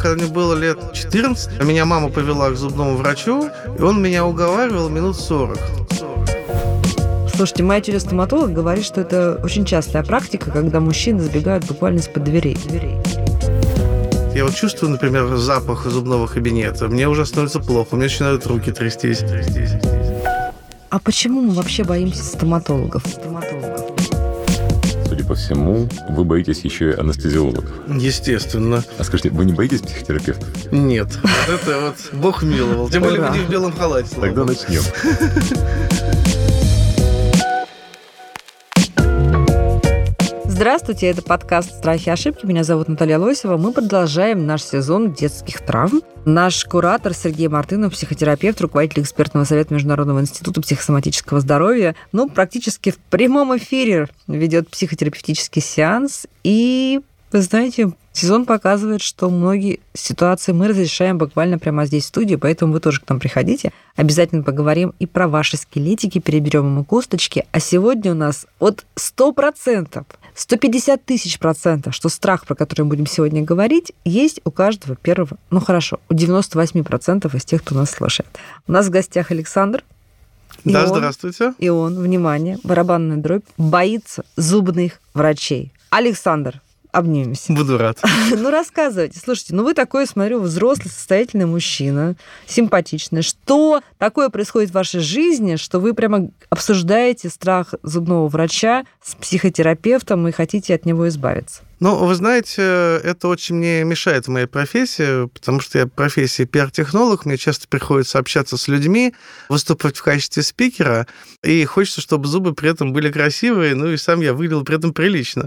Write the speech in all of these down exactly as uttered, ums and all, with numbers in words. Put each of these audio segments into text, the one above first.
когда мне было лет четырнадцать, меня мама повела к зубному врачу, и он меня уговаривал минут сорок. Слушайте, моя тетя-стоматолог говорит, что это очень частая практика, когда мужчины сбегают буквально из-под дверей. Я вот чувствую, например, запах зубного кабинета. Мне уже становится плохо, у меня начинают руки трястись. трястись. А почему мы вообще боимся стоматологов? стоматологов? Судя по всему, вы боитесь еще и анестезиологов. Естественно. А скажите, вы не боитесь психотерапевтов? Нет. Это вот Бог миловал. Тем более вы не в белом халате. Тогда начнем. Здравствуйте, это подкаст «Страхи и ошибки». Меня зовут Наталья Лосева. Мы продолжаем наш сезон детских травм. Наш куратор Сергей Мартынов, психотерапевт, руководитель экспертного совета Международного института психосоматического здоровья, ну, практически в прямом эфире ведет психотерапевтический сеанс. И, вы знаете, сезон показывает, что многие ситуации мы разрешаем буквально прямо здесь в студии, поэтому вы тоже к нам приходите. Обязательно поговорим и про ваши скелетики, переберем ему косточки. А сегодня у нас от сто процентов, сто пятьдесят тысяч процентов, что страх, про который мы будем сегодня говорить, есть у каждого первого, ну хорошо, у девяносто восемь процентов из тех, кто нас слушает. У нас в гостях Александр. Да, он, здравствуйте. И он, внимание, барабанная дробь, боится зубных врачей. Александр, обнимемся. Буду рад. Ну, рассказывайте. Слушайте, ну вы такой, смотрю, взрослый, состоятельный мужчина, симпатичный. Что такое происходит в вашей жизни, что вы прямо обсуждаете страх зубного врача с психотерапевтом и хотите от него избавиться? Ну, вы знаете, это очень мне мешает в моей профессии, потому что я в профессии пиар-технолог, мне часто приходится общаться с людьми, выступать в качестве спикера, и хочется, чтобы зубы при этом были красивые, ну и сам я выглядел при этом прилично.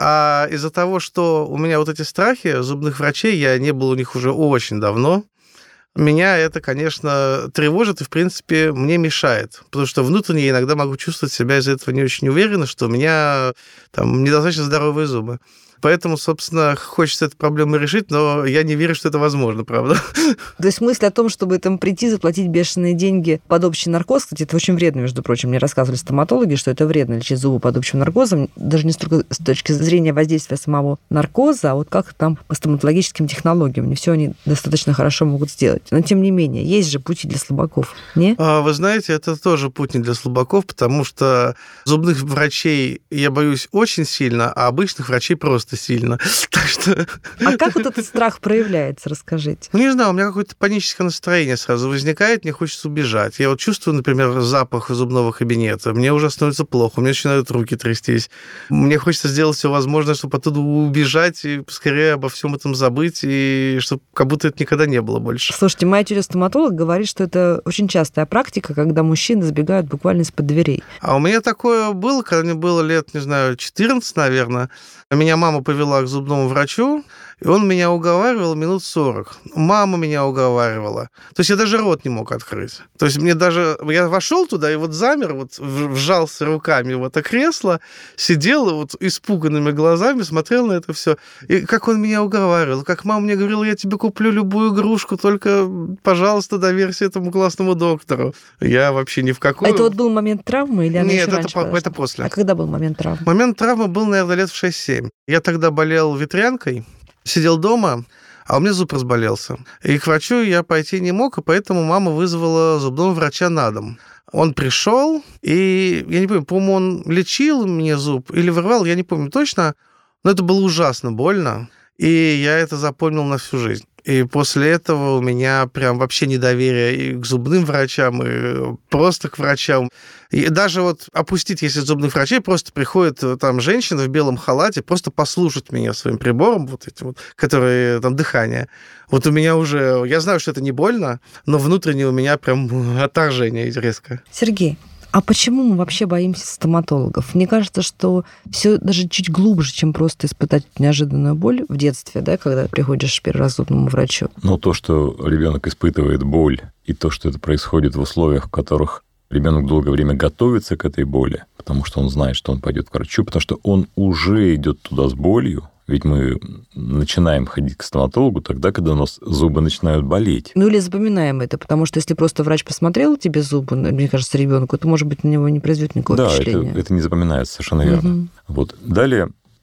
А из-за того, что у меня вот эти страхи зубных врачей, я не был у них уже очень давно, меня это, конечно, тревожит и, в принципе, мне мешает, потому что внутренне я иногда могу чувствовать себя из-за этого не очень уверенно, что у меня там недостаточно здоровые зубы. Поэтому, собственно, хочется эту проблему решить, но я не верю, что это возможно, правда. То есть мысль о том, чтобы там прийти, заплатить бешеные деньги под общий наркоз, кстати, это очень вредно, между прочим. Мне рассказывали стоматологи, что это вредно лечить зубы под общим наркозом, даже не столько с точки зрения воздействия самого наркоза, а вот как там по стоматологическим технологиям. Не все они достаточно хорошо могут сделать. Но, тем не менее, есть же пути для слабаков, не? А, вы знаете, это тоже путь не для слабаков, потому что зубных врачей я боюсь очень сильно, а обычных врачей просто сильно. Так что... А как вот этот страх проявляется, расскажите? Ну, не знаю, у меня какое-то паническое настроение сразу возникает, мне хочется убежать. Я вот чувствую, например, запах зубного кабинета, мне уже становится плохо, у меня начинают руки трястись. Мне хочется сделать все возможное, чтобы оттуда убежать и поскорее обо всем этом забыть, и чтобы как будто это никогда не было больше. Слушайте, моя тетя-стоматолог говорит, что это очень частая практика, когда мужчины сбегают буквально из-под дверей. А у меня такое было, когда мне было лет, не знаю, четырнадцать, наверное. Меня мама повела к зубному врачу, и он меня уговаривал минут сорок. Мама меня уговаривала. То есть я даже рот не мог открыть. То есть мне даже... Я вошел туда и вот замер, вот вжался руками в это кресло, сидел вот испуганными глазами, смотрел на это все. И как он меня уговаривал, как мама мне говорила, я тебе куплю любую игрушку, только, пожалуйста, доверься этому классному доктору. Я вообще ни в какую... А это вот был момент травмы или она Нет, еще это, раньше по- произошла? это после. А когда был момент травмы? Момент травмы был, наверное, лет в шесть-семь. Я тогда болел ветрянкой, сидел дома, а у меня зуб разболелся. И к врачу я пойти не мог, и поэтому мама вызвала зубного врача на дом. Он пришел, и, я не помню, по-моему, он лечил мне зуб или вырвал, я не помню точно, но это было ужасно больно, и я это запомнил на всю жизнь. И после этого у меня прям вообще недоверие и к зубным врачам, и просто к врачам. И даже вот опустить, если зубных врачей, просто приходит там женщина в белом халате, просто послушать меня своим прибором, вот этим вот, которые там дыхание. Вот у меня уже, я знаю, что это не больно, но внутренне у меня прям отторжение резко. Сергей, а почему мы вообще боимся стоматологов? Мне кажется, что все даже чуть глубже, чем просто испытать неожиданную боль в детстве, да, когда приходишь первый раз к зубному врачу. Но то, что ребенок испытывает боль, и то, что это происходит в условиях, в которых ребенок долгое время готовится к этой боли, потому что он знает, что он пойдет к врачу, потому что он уже идет туда с болью. Ведь мы начинаем ходить к стоматологу тогда, когда у нас зубы начинают болеть. Ну или запоминаем это, потому что если просто врач посмотрел тебе зубы, мне кажется, ребенку, то, может быть, на него не произведет никакого да, впечатления. Да, это, это не запоминается, совершенно верно. Угу. Вот. Далее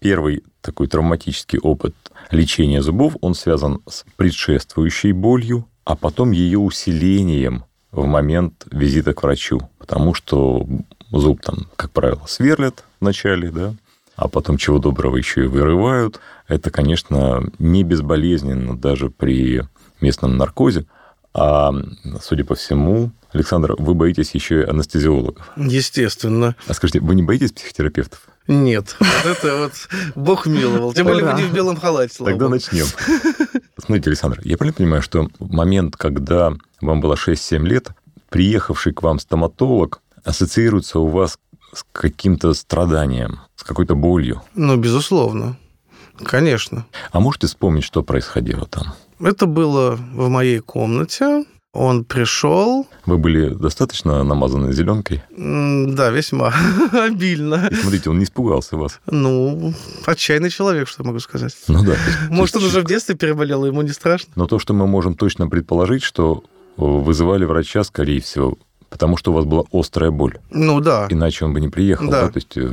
первый такой травматический опыт лечения зубов, он связан с предшествующей болью, а потом ее усилением в момент визита к врачу. Потому что зуб там, как правило, сверлят вначале, да, а потом чего доброго еще и вырывают. Это, конечно, не безболезненно даже при местном наркозе. А, судя по всему, Александр, вы боитесь еще и анестезиологов. Естественно. А скажите, вы не боитесь психотерапевтов? Нет. Вот это вот Бог миловал. Тем более вы не в белом халате, слава Тогда Богу. начнем. Смотрите, Александр, я правильно понимаю, что момент, когда вам было шесть-семь лет, приехавший к вам стоматолог ассоциируется у вас с каким-то страданием, с какой-то болью? Ну, безусловно. Конечно. А можете вспомнить, что происходило там? Это было в моей комнате. Он пришел. Вы были достаточно намазаны зеленкой? Да, весьма обильно. И смотрите, он не испугался вас. Ну, отчаянный человек, что могу сказать. Ну да. Может, он уже в детстве переболел, и ему не страшно? Но то, что мы можем точно предположить, что вызывали врача, скорее всего, потому что у вас была острая боль. Ну да. Иначе он бы не приехал, да, да? То есть,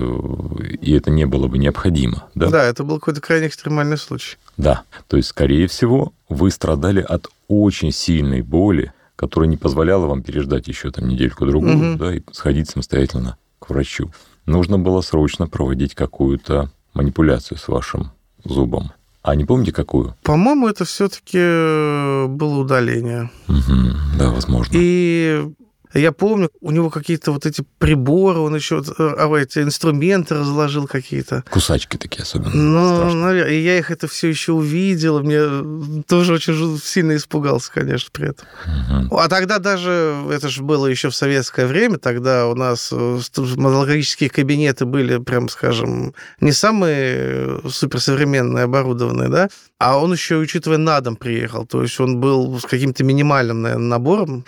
и это не было бы необходимо, да? Да, это был какой-то крайне экстремальный случай. Да, то есть, скорее всего, вы страдали от очень сильной боли, которая не позволяла вам переждать еще там недельку-другую, угу. да, и сходить самостоятельно к врачу. Нужно было срочно проводить какую-то манипуляцию с вашим зубом. А не помните, какую? По-моему, это все-таки было удаление. Угу, да, возможно. И я помню, у него какие-то вот эти приборы, он еще а, эти инструменты разложил какие-то. Кусачки такие особенно. Ну, наверное. И я их это все еще увидел. Мне тоже очень сильно испугался, конечно, при этом. Угу. А тогда даже, это же было еще в советское время, тогда у нас стоматологические кабинеты были, прям скажем, не самые суперсовременные, оборудованные, да, а он еще, учитывая, на дом приехал. То есть он был с каким-то минимальным, наверное, набором.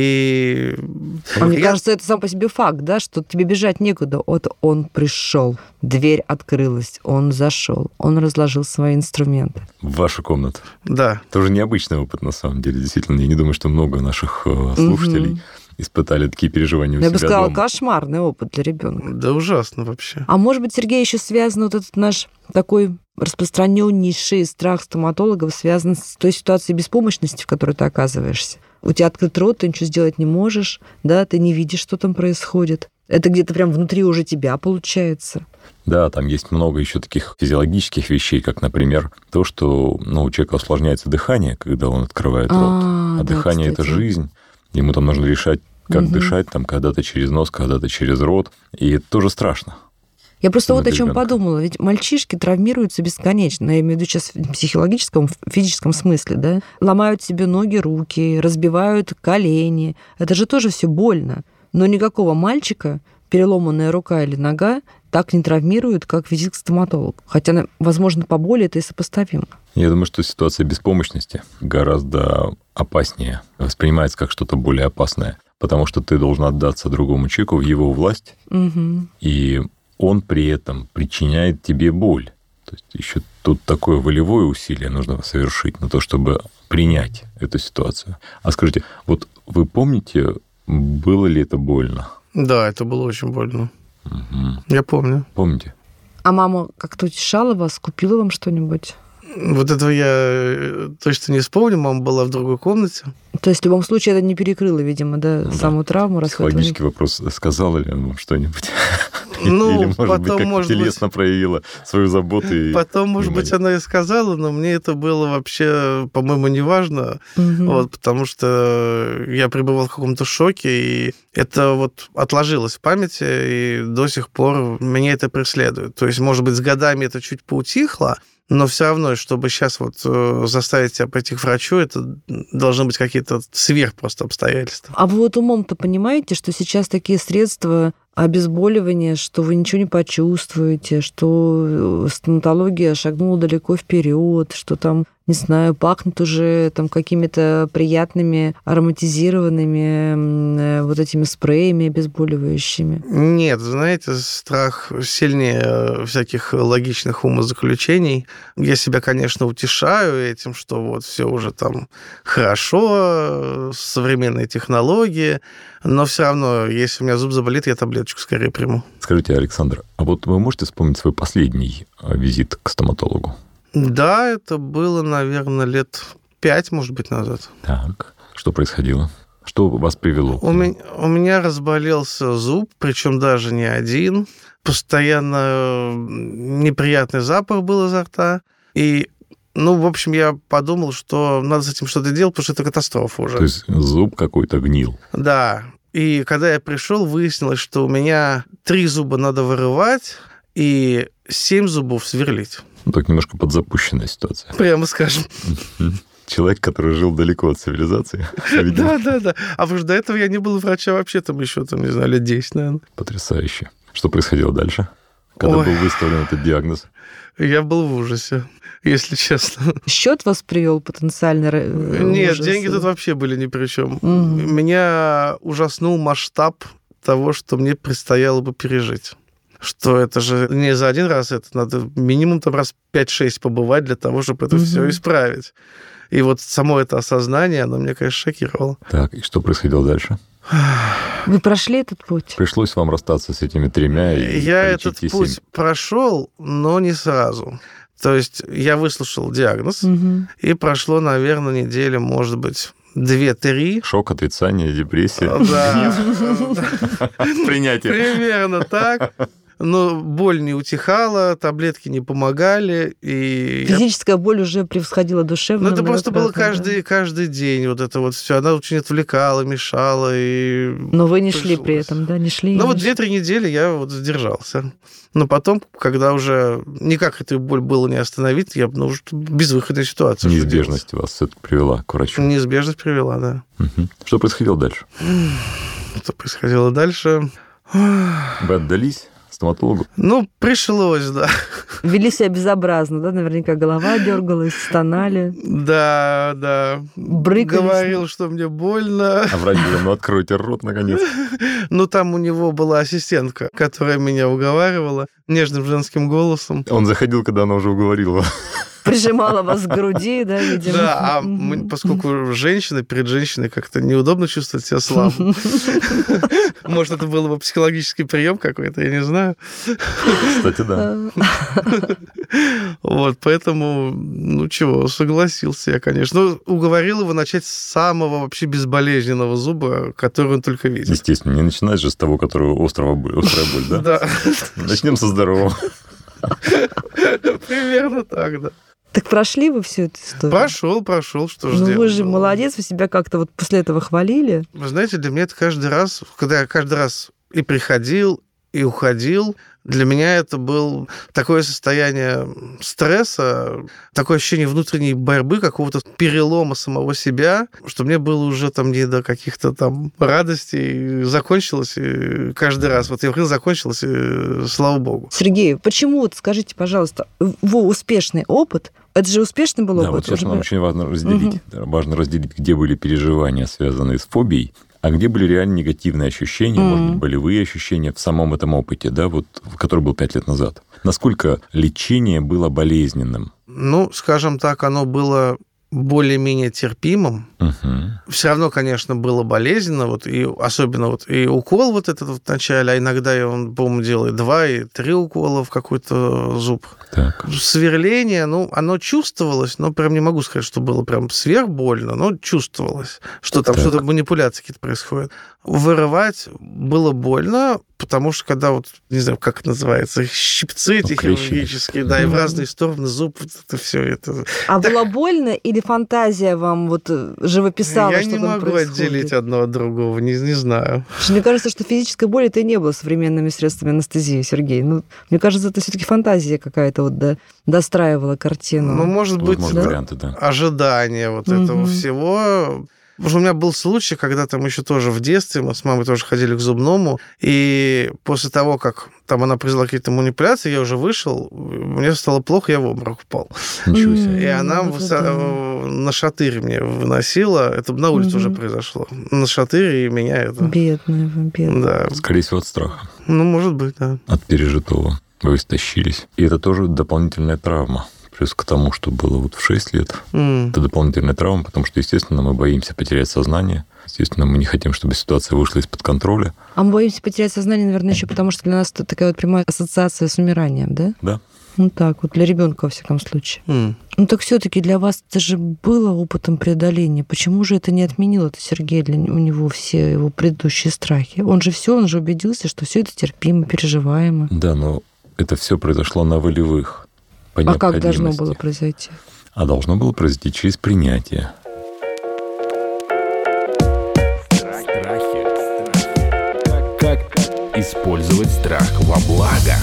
И... А мне я... кажется, это сам по себе факт, да, что тебе бежать некуда. Вот он пришел, дверь открылась, он зашел, он разложил свои инструменты. В вашу комнату. Да. Тоже необычный опыт, на самом деле, действительно. Я не думаю, что много наших слушателей угу. испытали такие переживания у я себя бы сказала, дома. Кошмарный опыт для ребенка. Да ужасно вообще. А может быть, Сергей, еще связан вот этот наш такой распространеннейший страх стоматологов, связан с той ситуацией беспомощности, в которой ты оказываешься. У тебя открыт рот, ты ничего сделать не можешь, да, ты не видишь, что там происходит. Это где-то прям внутри уже тебя получается. Да, там есть много еще таких физиологических вещей, как, например, то, что ну, у человека усложняется дыхание, когда он открывает рот. А, а да, дыхание – это жизнь. Ему там нужно решать, как угу. дышать, там, когда-то через нос, когда-то через рот. И это тоже страшно. Я просто вот о чем подумала. Ведь мальчишки травмируются бесконечно. Я имею в виду сейчас в психологическом, в физическом смысле, да? Ломают себе ноги, руки, разбивают колени. Это же тоже все больно. Но никакого мальчика переломанная рука или нога так не травмирует, как визит к стоматологу. Хотя, возможно, по боли это и сопоставимо. Я думаю, что ситуация беспомощности гораздо опаснее, воспринимается как что-то более опасное, потому что ты должен отдаться другому человеку в его власть, угу. и он при этом причиняет тебе боль. То есть еще тут такое волевое усилие нужно совершить на то, чтобы принять эту ситуацию. А скажите, вот вы помните, было ли это больно? Да, это было очень больно. Угу. Я помню. Помните? А мама как-то утешала вас, купила вам что-нибудь? Вот этого я точно не вспомню. Мама была в другой комнате. То есть в любом случае это не перекрыло, видимо, да, ну, саму да. травму. Психологический вопрос. Сказала ли она вам что-нибудь? Ну, Или, может потом, быть, как может телесно быть, проявила свою заботу? И потом, может внимание. быть, она и сказала, но мне это было вообще, по-моему, неважно, угу. вот, потому что я пребывал в каком-то шоке, и это вот отложилось в памяти, и до сих пор меня это преследует. То есть, может быть, с годами это чуть поутихло, но все равно, чтобы сейчас вот заставить тебя пойти к врачу, это должны быть какие-то сверх просто обстоятельства. А вы вот умом-то понимаете, что сейчас такие средства обезболивания, что вы ничего не почувствуете, что стоматология шагнула далеко вперед, что там, не знаю, пахнут уже там какими-то приятными ароматизированными вот этими спреями обезболивающими? Нет, знаете, страх сильнее всяких логичных умозаключений. Я себя, конечно, утешаю этим, что вот все уже там хорошо, современные технологии, но все равно, если у меня зуб заболит, я таблеточку скорее приму. Скажите, Александр, а вот вы можете вспомнить свой последний визит к стоматологу? Да, это было, наверное, лет пять, может быть, назад. Так, что происходило? Что вас привело? У меня, у меня разболелся зуб, причем даже не один. Постоянно неприятный запах был изо рта. И, ну, в общем, я подумал, что надо с этим что-то делать, потому что это катастрофа уже. То есть зуб какой-то гнил? Да. И когда я пришел, выяснилось, что у меня три зуба надо вырывать и семь зубов сверлить. Ну, так немножко подзапущенная ситуация. Прямо скажем. Человек, который жил далеко от цивилизации. Да, да, да. А потому что до этого я не был врача вообще, там еще, там, не знаю, лет десять, наверное. Потрясающе. Что происходило дальше, когда Ой. был выставлен этот диагноз? Я был в ужасе, если честно. Счет вас привел потенциально? Нет, ужас. Деньги тут вообще были ни при чем. Угу. Меня ужаснул масштаб того, что мне предстояло бы пережить. Что это же не за один раз, это надо минимум там раз пять-шесть побывать для того, чтобы это угу. все исправить. И вот само это осознание, оно меня, конечно, шокировало. Так, и что происходило дальше? Вы прошли этот путь? Пришлось вам расстаться с этими тремя? И я этот путь прошел, но не сразу. То есть я выслушал диагноз, угу. и прошло, наверное, неделя, может быть, две-три. Шок, отрицание, депрессия. Да. Принятие. Примерно так. Но боль не утихала, таблетки не помогали. И физическая я... боль уже превосходила душевную. Ну, это просто было каждый, да? каждый день. Вот это вот все. Она очень отвлекала, мешала. И но вы не пришлось. шли при этом, да? Не шли? Ну, вот две-три недели я вот сдержался. Но потом, когда уже никак эту боль было не остановить, я ну, уже безвыходная ситуация. Неизбежность вас все-таки привела к врачу. Неизбежность привела, да. Угу. Что происходило дальше? Что происходило дальше? Вы отдались стоматологу? Ну, пришлось, да. Вели себя безобразно, да? Наверняка голова дергалась, стонали. Да, да. Брыкались. Говорил, что мне больно. А врач говорил, ну, откройте рот, наконец. Ну, там у него была ассистентка, которая меня уговаривала нежным женским голосом. Он заходил, когда она уже уговорила. Прижимала вас к груди, да, видимо? Да, а мы, поскольку женщина, перед женщиной как-то неудобно чувствовать себя слабым. Может, это был бы психологический прием какой-то, я не знаю. Кстати, да. Вот, поэтому, ну чего, согласился я, конечно. Ну, уговорил его начать с самого вообще безболезненного зуба, который он только видел. Естественно, не начинать же с того, которого острая боль, острая боль, да? Да. Начнем со здорового. Примерно так, да. Так прошли вы всю эту историю? Прошел, прошел, что ж Ну, делать? вы же молодец, вы себя как-то вот после этого хвалили. Вы знаете, для меня это каждый раз, когда я каждый раз и приходил, и уходил, для меня это было такое состояние стресса, такое ощущение внутренней борьбы, какого-то перелома самого себя, что мне было уже там не до каких-то там радостей. Закончилось, и каждый раз. Вот я говорил, закончилось, и слава богу. Сергей, почему, вот скажите, пожалуйста, его успешный опыт, это же успешный был опыт? Да, вот сейчас нам очень важно разделить. Угу. Важно разделить, где были переживания, связанные с фобией, а где были реально негативные ощущения, mm-hmm. может быть, болевые ощущения в самом этом опыте, да, вот, который был пять лет назад? Насколько лечение было болезненным? Ну, скажем так, оно было более-менее терпимым. Uh-huh. Все равно, конечно, было болезненно, вот, и особенно вот и укол вот этот вот в начале, а иногда я, он, по-моему, делает два и три укола в какой-то зуб. Так. Сверление, ну, оно чувствовалось, но прям не могу сказать, что было прям сверхбольно, но чувствовалось, что там так. что-то манипуляции какие-то происходят. Вырывать было больно, потому что когда вот, не знаю, как это называется, щипцы эти ну, хирургические, да, и в разные стороны зуб, вот это все это. А так... было больно или фантазия вам вот живописала, я что там происходит? Я не могу отделить одно от другого, не, не знаю. Мне кажется, что физической боли это и не было современными средствами анестезии, Сергей. Ну, мне кажется, это все-таки фантазия какая-то вот да, достраивала картину. Ну, может быть, да? Варианты, да. Ожидание вот угу. этого всего. Потому что у меня был случай, когда там еще тоже в детстве мы с мамой тоже ходили к зубному, и после того, как там она произвела какие-то манипуляции, я уже вышел, мне стало плохо, я в обморок упал. Ничего себе. И она вот вса- это на шатырь мне выносила, это на улице Мгм. уже произошло, на шатырь, и меня это... Бедная вы, бедная. Да, Скорее всего, от страха, ну, может быть, да. от пережитого. Вы истощились. И это тоже дополнительная травма. Плюс к тому, что было вот в шесть лет. М. Это дополнительная травма, потому что, естественно, мы боимся потерять сознание. Естественно, мы не хотим, чтобы ситуация вышла из-под контроля. А мы боимся потерять сознание, наверное, еще потому, что для нас это такая вот прямая ассоциация с умиранием, да? Да. Ну так, вот для ребенка, во всяком случае. М. Ну так все-таки для вас это же было опытом преодоления. Почему же это не отменило это Сергей для у него все его предыдущие страхи? Он же все, он же убедился, что все это терпимо, переживаемо. Да, но это все произошло на волевых. По А как должно необходимости. было произойти? А должно было произойти через принятие. Страхи. Как, как использовать страх во благо?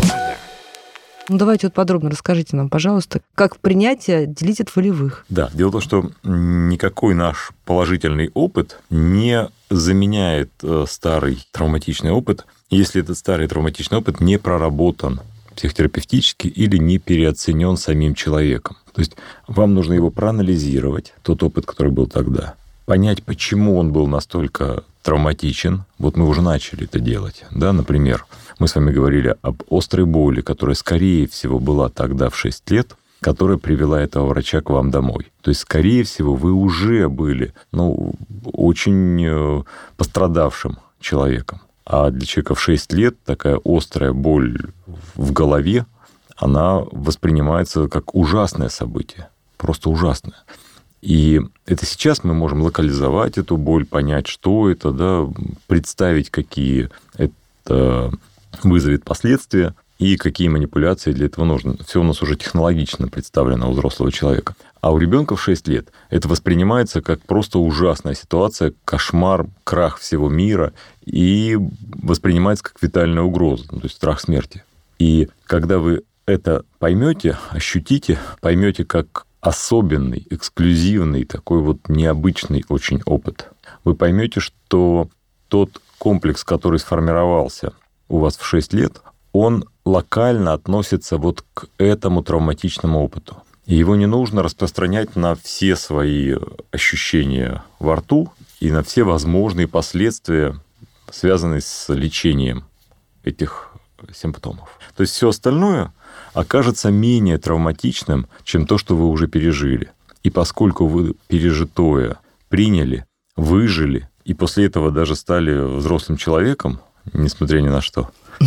Ну давайте вот подробно расскажите нам, пожалуйста, как принятие делить от волевых. Да, дело в том, что никакой наш положительный опыт не заменяет э, старый травматичный опыт, если этот старый травматичный опыт не проработан психотерапевтически или не переоценен самим человеком. То есть вам нужно его проанализировать, тот опыт, который был тогда, понять, почему он был настолько травматичен. Вот мы уже начали это делать. Да? Например, мы с вами говорили об острой боли, которая, скорее всего, была тогда в шесть лет, которая привела этого врача к вам домой. То есть, скорее всего, вы уже были ну, очень пострадавшим человеком. А для человека в шесть лет такая острая боль в голове, она воспринимается как ужасное событие. Просто ужасное. И это сейчас мы можем локализовать эту боль, понять, что это, да, представить, какие это вызовет последствия и какие манипуляции для этого нужны. Все у нас уже технологично представлено у взрослого человека. А у ребенка в шесть лет это воспринимается как просто ужасная ситуация, кошмар, крах всего мира, и воспринимается как витальная угроза, ну, то есть страх смерти. И когда вы это поймете, ощутите, поймете как особенный, эксклюзивный, такой вот необычный очень опыт, вы поймете, что тот комплекс, который сформировался у вас в шесть лет, он локально относится вот к этому травматичному опыту. И его не нужно распространять на все свои ощущения во рту и на все возможные последствия, связанные с лечением этих симптомов. То есть все остальное окажется менее травматичным, чем то, что вы уже пережили. И поскольку вы пережитое приняли, выжили, и после этого даже стали взрослым человеком, несмотря ни на что,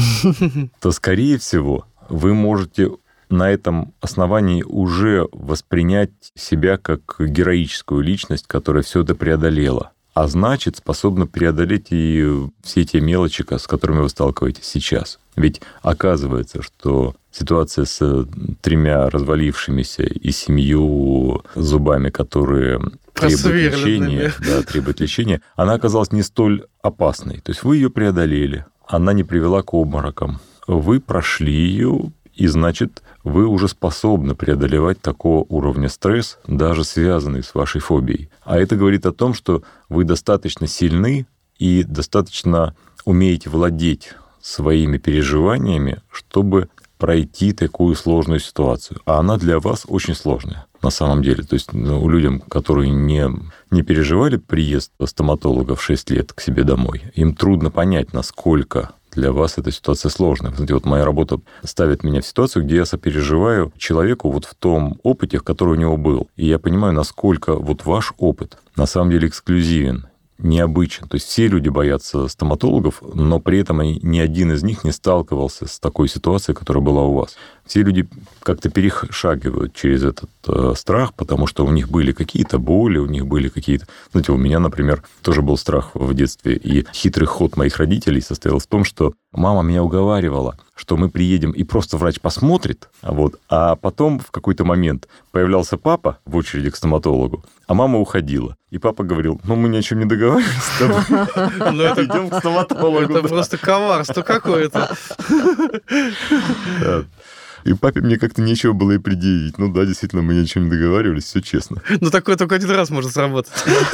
то, скорее всего, вы можете на этом основании уже воспринять себя как героическую личность, которая все это преодолела. А значит, способна преодолеть и все те мелочи, с которыми вы сталкиваетесь сейчас. Ведь оказывается, что ситуация с тремя развалившимися и семью зубами, которые требуют лечения, да, требуют лечения, она оказалась не столь опасной. То есть вы ее преодолели, она не привела к обморокам. Вы прошли ее, и значит, вы уже способны преодолевать такого уровня стресс, даже связанный с вашей фобией. А это говорит о том, что вы достаточно сильны и достаточно умеете владеть своими переживаниями, чтобы пройти такую сложную ситуацию. А она для вас очень сложная на самом деле. То есть ну, людям, которые не, не переживали приезд стоматолога в шесть лет к себе домой, им трудно понять, насколько для вас эта ситуация сложная. Знаете, вот моя работа ставит меня в ситуацию, где я сопереживаю человеку вот в том опыте, который у него был. И я понимаю, насколько вот ваш опыт на самом деле эксклюзивен, необычен. То есть все люди боятся стоматологов, но при этом ни один из них не сталкивался с такой ситуацией, которая была у вас. Все люди как-то перешагивают через этот э, страх, потому что у них были какие-то боли, у них были какие-то... Знаете, у меня, например, тоже был страх в детстве, и хитрый ход моих родителей состоял в том, что мама меня уговаривала, что мы приедем, и просто врач посмотрит, вот, а потом в какой-то момент появлялся папа в очереди к стоматологу, а мама уходила. И папа говорил, ну, мы ни о чем не договаривались с тобой, идем к стоматологу. Это просто коварство какое-то. И папе мне как-то нечего было и предъявить. Ну да, действительно, мы ни о чем не договаривались, все честно. Ну, такое только один раз может сработать.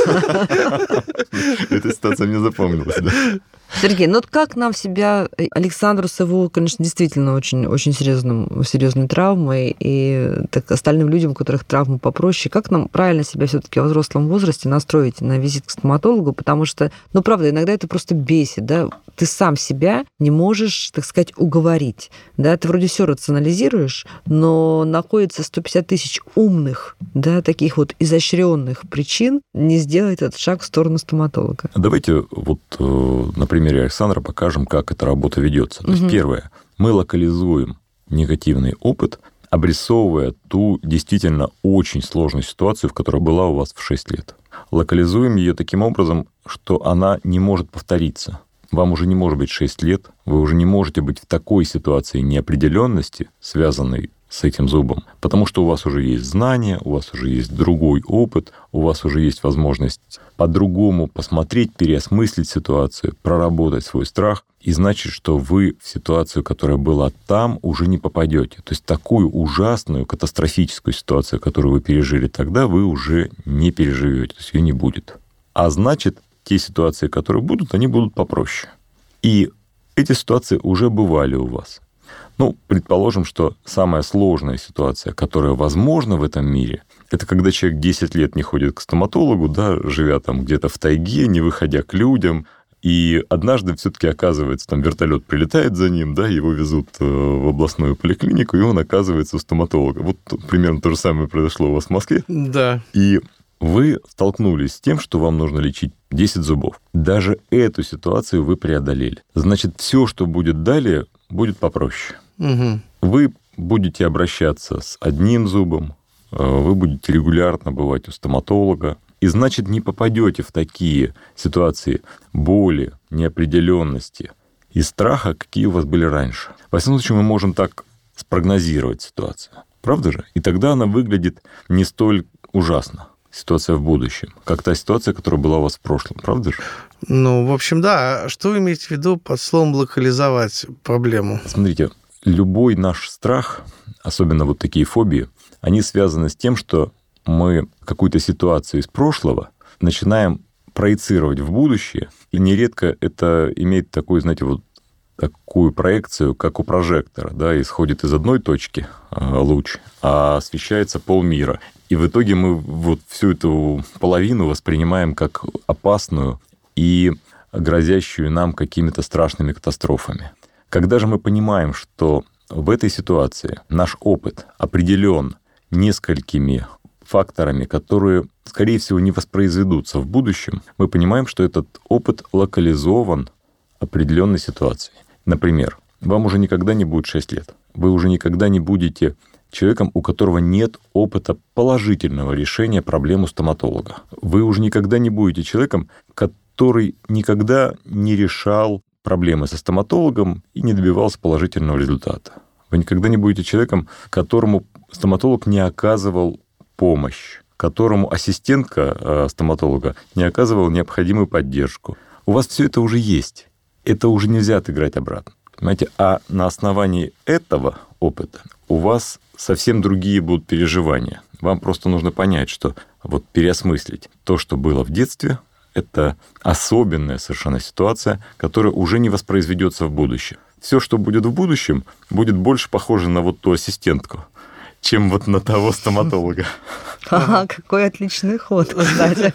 Эта ситуация мне запомнилась, да. Сергей, ну вот как нам себя, Александру с его, конечно, действительно очень, очень серьезным, серьезной травмой, и так, остальным людям, у которых травмы попроще, как нам правильно себя все-таки во взрослом возрасте настроить на визит к стоматологу, потому что, ну, правда, иногда это просто бесит, да, ты сам себя не можешь, так сказать, уговорить, да, ты вроде все рационализируешь, но находится сто пятьдесят тысяч умных, да, таких вот изощренных причин не сделать этот шаг в сторону стоматолога. Давайте вот, например, примере Александра покажем, как эта работа ведется. То есть, первое, мы локализуем негативный опыт, обрисовывая ту действительно очень сложную ситуацию, в которой была у вас в шесть лет. Локализуем ее таким образом, что она не может повториться. Вам уже не может быть шесть лет, вы уже не можете быть в такой ситуации неопределенности, связанной с этим зубом, потому что у вас уже есть знания, у вас уже есть другой опыт, у вас уже есть возможность по-другому посмотреть, переосмыслить ситуацию, проработать свой страх, и значит, что вы в ситуацию, которая была там, уже не попадете. То есть такую ужасную, катастрофическую ситуацию, которую вы пережили тогда, вы уже не переживете, то есть ее не будет. А значит, те ситуации, которые будут, они будут попроще. И эти ситуации уже бывали у вас. Ну, предположим, что самая сложная ситуация, которая возможна в этом мире, это когда человек десять лет не ходит к стоматологу, да, живя там где-то в тайге, не выходя к людям, и однажды все-таки оказывается, там вертолет прилетает за ним, да, его везут в областную поликлинику, и он оказывается у стоматолога. Вот примерно то же самое произошло у вас в Москве. Да. И вы столкнулись с тем, что вам нужно лечить десять зубов. Даже эту ситуацию вы преодолели. Значит, все, что будет далее, будет попроще. Угу. Вы будете обращаться с одним зубом, вы будете регулярно бывать у стоматолога, и значит, не попадете в такие ситуации боли, неопределенности и страха, какие у вас были раньше. Во всяком случае, мы можем так спрогнозировать ситуацию. Правда же? И тогда она выглядит не столь ужасно. Ситуация в будущем, как та ситуация, которая была у вас в прошлом, правда же? Ну, в общем, да. Что вы имеете в виду под словом локализовать проблему? Смотрите, любой наш страх, особенно вот такие фобии, они связаны с тем, что мы какую-то ситуацию из прошлого начинаем проецировать в будущее, и нередко это имеет такую, знаете, вот такую проекцию, как у прожектора, да, исходит из одной точки луч, а освещается полмира. И в итоге мы вот всю эту половину воспринимаем как опасную и грозящую нам какими-то страшными катастрофами. Когда же мы понимаем, что в этой ситуации наш опыт определен несколькими факторами, которые, скорее всего, не воспроизведутся в будущем, мы понимаем, что этот опыт локализован определенной ситуацией. Например, вам уже никогда не будет шесть лет. Вы уже никогда не будете человеком, у которого нет опыта положительного решения проблемы стоматолога. Вы уже никогда не будете человеком, который никогда не решал проблемы со стоматологом и не добивался положительного результата. Вы никогда не будете человеком, которому стоматолог не оказывал помощь, которому ассистентка стоматолога не оказывала необходимую поддержку. У вас все это уже есть. Это уже нельзя отыграть обратно. Понимаете? А на основании этого опыта у вас совсем другие будут переживания. Вам просто нужно понять, что вот переосмыслить то, что было в детстве, это особенная совершенно ситуация, которая уже не воспроизведется в будущем. Все, что будет в будущем, будет больше похоже на вот ту ассистентку, чем вот на того стоматолога. Ага, какой отличный ход, кстати.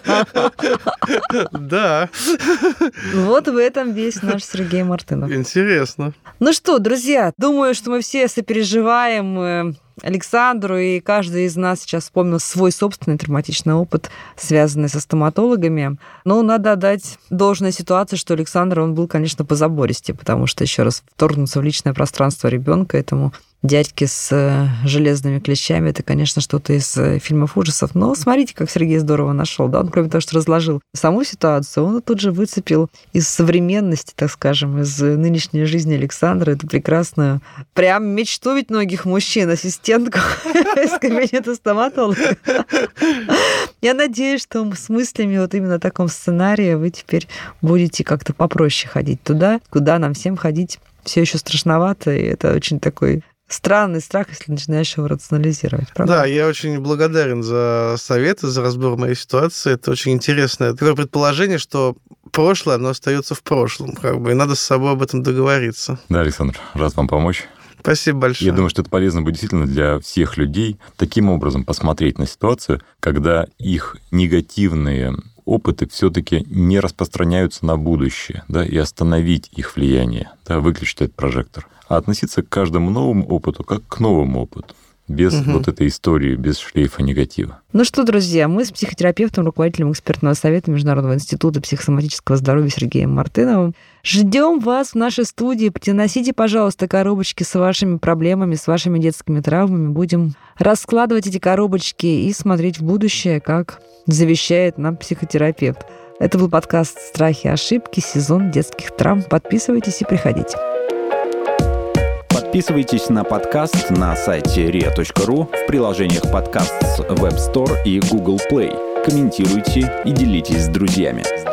Да. Вот в этом весь наш Сергей Мартынов. Интересно. Ну что, друзья, думаю, что мы все сопереживаем Александру, и каждый из нас сейчас вспомнил свой собственный травматичный опыт, связанный со стоматологами. Но надо отдать должное ситуации, что Александр, он был, конечно, позабористее, потому что, еще раз, вторгнуться в личное пространство ребенка этому дядьке с железными клещами, это, конечно, что-то из фильмов ужасов. Но смотрите, как Сергей здорово нашел. Да? Он, кроме того, что разложил саму ситуацию, он тут же выцепил из современности, так скажем, из нынешней жизни Александра эту прекрасную, прям мечту ведь многих мужчин, ассистентку из кабинета стоматолога. Я надеюсь, что с мыслями вот именно в таком сценарии вы теперь будете как-то попроще ходить туда, куда нам всем ходить все еще страшновато, и это очень такой Странный страх, если начинаешь его рационализировать, правда? Да, я очень благодарен за советы, за разбор моей ситуации. Это очень интересное такое предположение, что прошлое, оно остается в прошлом, как бы, и надо с собой об этом договориться. Да, Александр, рад вам помочь. Спасибо большое. Я думаю, что это полезно будет действительно для всех людей таким образом посмотреть на ситуацию, когда их негативные опыты все-таки не распространяются на будущее, да, и остановить их влияние, да, выключить этот прожектор, а относиться к каждому новому опыту как к новому опыту, без угу. вот этой истории, без шлейфа негатива. Ну что, друзья, мы с психотерапевтом, руководителем экспертного совета Международного института психосоматического здоровья Сергеем Мартыновым ждем вас в нашей студии. Приносите, пожалуйста, коробочки с вашими проблемами, с вашими детскими травмами. Будем раскладывать эти коробочки и смотреть в будущее, как завещает нам психотерапевт. Это был подкаст «Страхи и ошибки», сезон детских травм. Подписывайтесь и приходите. Подписывайтесь на подкаст на сайте риа точка ру, в приложениях подкаст с Web Store и Google Play. Комментируйте и делитесь с друзьями.